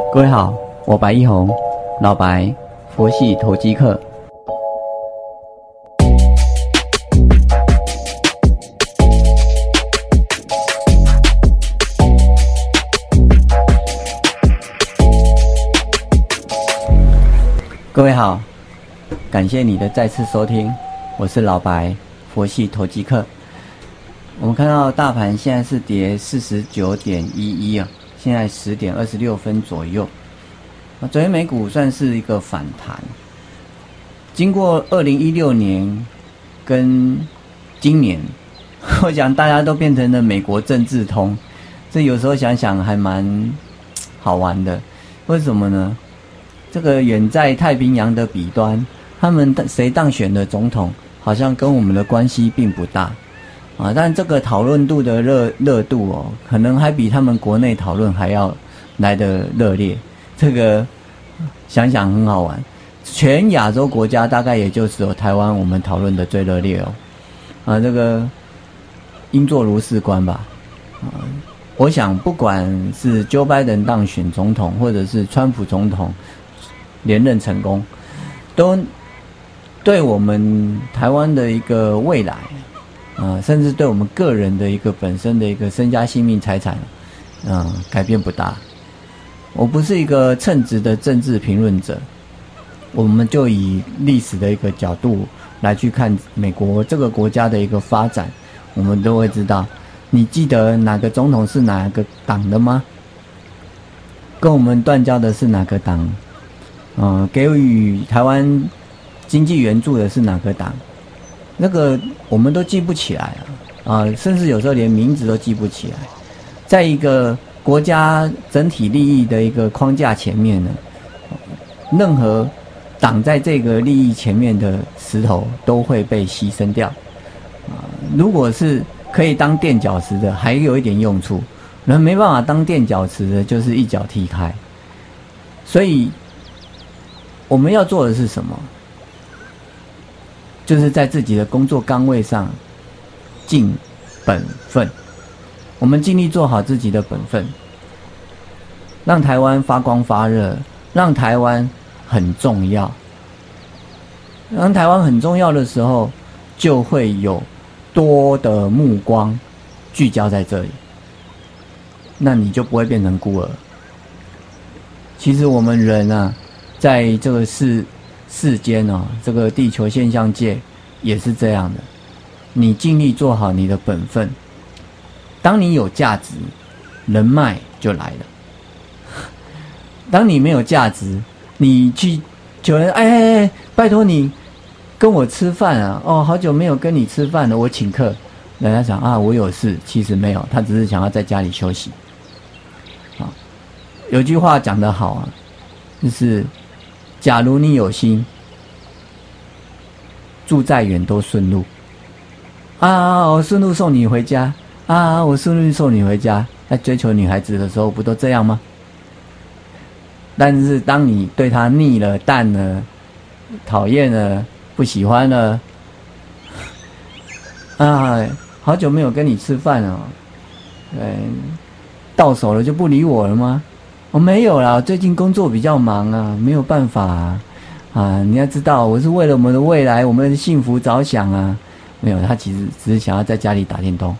各位好，我白一红，老白，佛系投机客。各位好，感谢你的再次收听，我是老白，佛系投机客。我们看到大盘现在是跌 49.11 啊，现在10点26分左右。昨天美股算是一个反弹，经过2016年跟今年，我想大家都变成了美国政治通，这有时候想想还蛮好玩的。为什么呢？这个远在太平洋的彼端，他们谁当选的总统，好像跟我们的关系并不大啊。但这个讨论度的热度哦，可能还比他们国内讨论还要来得热烈。这个想想很好玩，全亚洲国家大概也就只有台湾我们讨论的最热烈哦。啊，这个应作如是观吧。啊，我想不管是 Joe Biden 当选总统，或者是川普总统连任成功，都对我们台湾的一个未来，甚至对我们个人的一个本身的一个身家性命财产，改变不大。我不是一个称职的政治评论者，我们就以历史的一个角度来去看美国这个国家的一个发展，我们都会知道。你记得哪个总统是哪个党的吗？跟我们断交的是哪个党？给予台湾经济援助的是哪个党？那个我们都记不起来甚至有时候连名字都记不起来。在一个国家整体利益的一个框架前面呢，任何挡在这个利益前面的石头都会被牺牲掉。如果是可以当垫脚石的，还有一点用处；人没办法当垫脚石的，就是一脚踢开。所以我们要做的是什么？就是在自己的工作岗位上尽本分。我们尽力做好自己的本分，让台湾发光发热，让台湾很重要。让台湾很重要的时候，就会有多的目光聚焦在这里，那你就不会变成孤儿。其实我们人在这个世间这个地球现象界也是这样的。你尽力做好你的本分，当你有价值，人脉就来了。当你没有价值，你去求人，拜托你跟我吃饭好久没有跟你吃饭了，我请客。人家想我有事，其实没有，他只是想要在家里休息。有句话讲得好就是假如你有心，住再远都顺路。我顺路送你回家我顺路送你回家。在追求女孩子的时候，不都这样吗？但是当你对她腻了、淡了、讨厌了、不喜欢了，好久没有跟你吃饭了，到手了就不理我了吗？没有啦，最近工作比较忙没有办法你要知道，我是为了我们的未来、我们的幸福着想没有，他其实只是想要在家里打电动。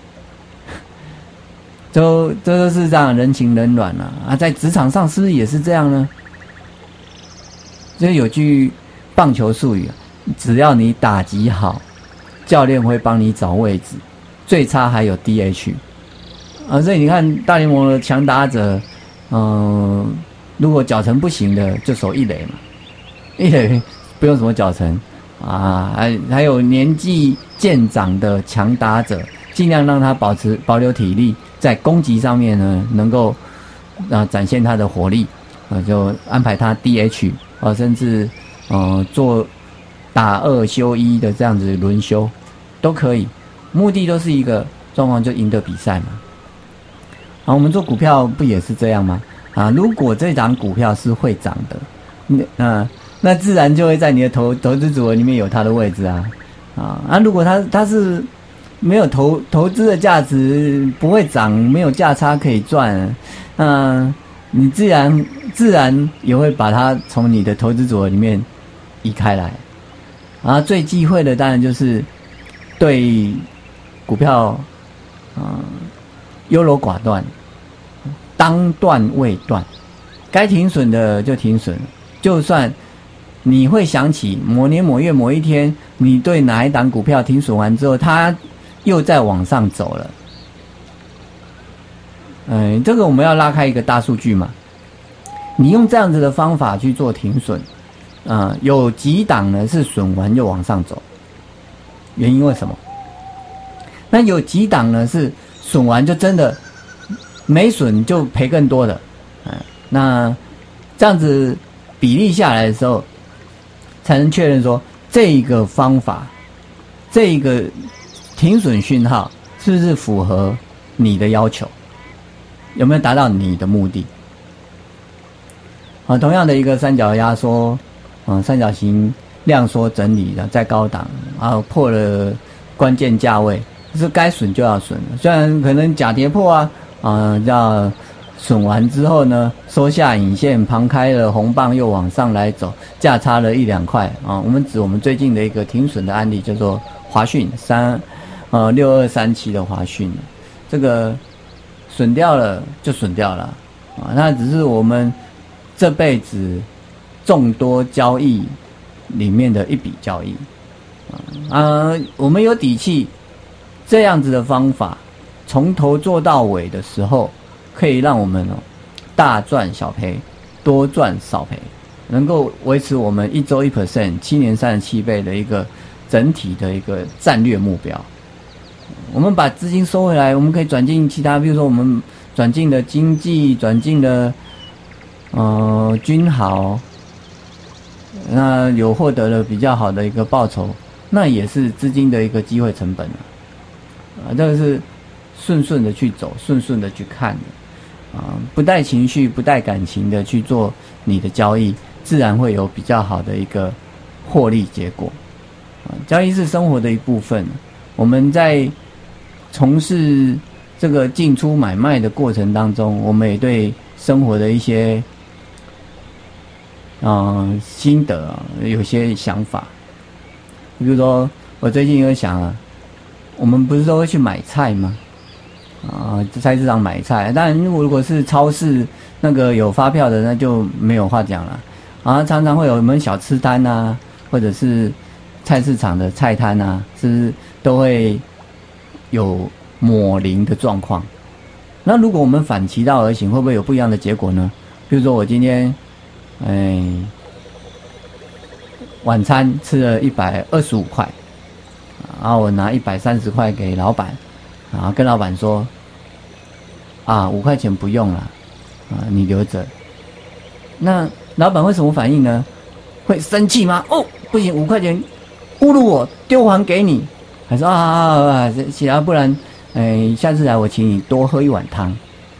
这都是这样，人情冷暖在职场上是不是也是这样呢？所以有句棒球术语只要你打击好，教练会帮你找位置，最差还有 DH 所以你看大联盟的强打者如果脚程不行的就守一垒嘛，一垒不用什么脚程还有年纪渐长的强打者，尽量让他保留体力，在攻击上面呢能够展现他的活力就安排他 DH 甚至做打2休1的这样子轮休都可以，目的都是一个状况，就赢得比赛嘛。我们做股票不也是这样吗？如果这档股票是会涨的，那自然就会在你的投资组合里面有它的位置如果它是没有投资的价值，不会涨，没有价差可以赚，你自然自然也会把它从你的投资组合里面移开来。然后最忌讳的当然就是对股票优柔寡断，当断未断，该停损的就停损。就算你会想起某年某月某一天，你对哪一档股票停损完之后，它又在往上走了。这个我们要拉开一个大数据嘛。你用这样子的方法去做停损，有几档呢是损完又往上走，原因为什么？那有几档呢是损完就真的没损就赔更多的，那这样子比例下来的时候，才能确认说这一个方法，这一个停损讯号是不是符合你的要求，有没有达到你的目的。同样的一个三角压缩，三角形量缩整理的在高档，破了关键价位，是该损就要损。虽然可能假跌破要损完之后呢，收下影线，旁开了红棒又往上来走，价差了1-2块我们指我们最近的一个停损的案例叫做华讯6237的华讯，这个损掉了就损掉了那只是我们这辈子众多交易里面的一笔交易我们有底气，这样子的方法从头做到尾的时候，可以让我们大赚小赔，多赚少赔，能够维持我们1周 1%， 7年37倍的一个整体的一个战略目标。我们把资金收回来，我们可以转进其他，比如说我们转进了经济，转进了君豪，那有获得了比较好的一个报酬，那也是资金的一个机会成本这个是顺顺的去走，顺顺的去看不带情绪不带感情的去做你的交易，自然会有比较好的一个获利结果交易是生活的一部分，我们在从事这个进出买卖的过程当中，我们也对生活的一些心得有些想法。比如说我最近有想我们不是都会去买菜吗菜市场买菜，当然如果是超市那个有发票的，那就没有话讲了常常会有我们小吃摊或者是菜市场的菜摊是不是都会有抹零的状况。那如果我们反其道而行，会不会有不一样的结果呢？比如说我今天晚餐吃了125块我拿130块给老板跟老板说5块钱不用了你留着。那老板会什么反应呢？会生气吗？不行，5块钱侮辱我，丢还给你。还说不然下次来我请你多喝一碗汤。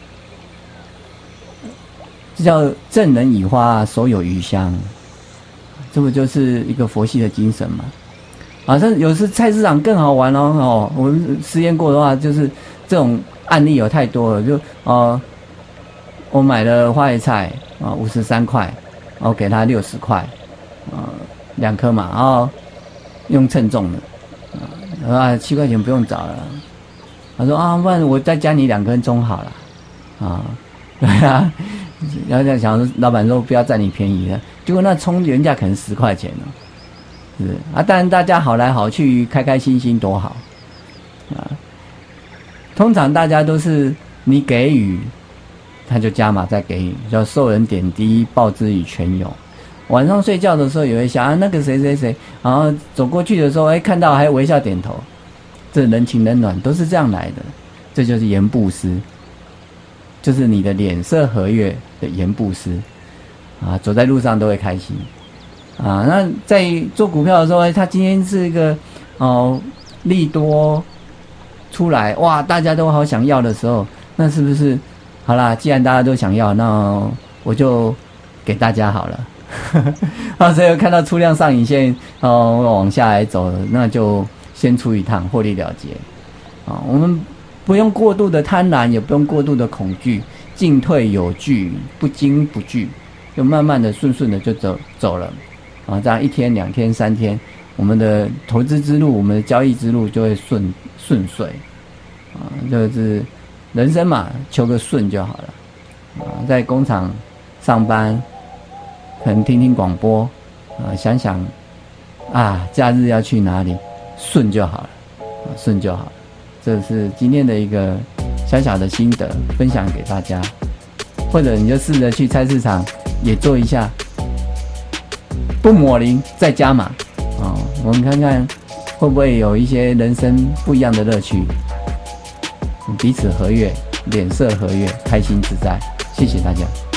这叫赠人以花手有余香，这不就是一个佛系的精神吗？但有时菜市场更好玩我们实验过的话，就是这种案例有太多了。就我买了花椰菜53块，我给他60块2颗嘛，然后用称重的7块钱不用找了。他说不然我再加你2根葱好了对然后想说老板说不要占你便宜了，结果那葱原价可能10块钱是当然大家好来好去，开开心心多好通常大家都是你给予他就加码再给予，叫受人点滴报之以泉涌。晚上睡觉的时候也会想那个谁谁谁，然后走过去的时候看到还微笑点头，这人情冷暖都是这样来的。这就是言布施，就是你的脸色和悦的言布施走在路上都会开心那在做股票的时候他今天是一个利多出来大家都好想要的时候，那是不是好啦，既然大家都想要，那我就给大家好了所以看到出量上影线往下来走，那就先出一趟获利了结我们不用过度的贪婪，也不用过度的恐惧，进退有据，不惊不惧就慢慢的顺的就走了啊，这样1天2天3天，我们的投资之路，我们的交易之路就会顺遂啊，就是人生嘛，求个顺就好了啊，在工厂上班，可能听听广播啊，想想啊，假日要去哪里，顺就好了啊，顺就好了。这是今天的一个小小的心得分享给大家，或者你就试着去菜市场也做一下，不抹零再加码啊，我们看看会不会有一些人生不一样的乐趣，彼此和悦，脸色和悦，开心自在。谢谢大家。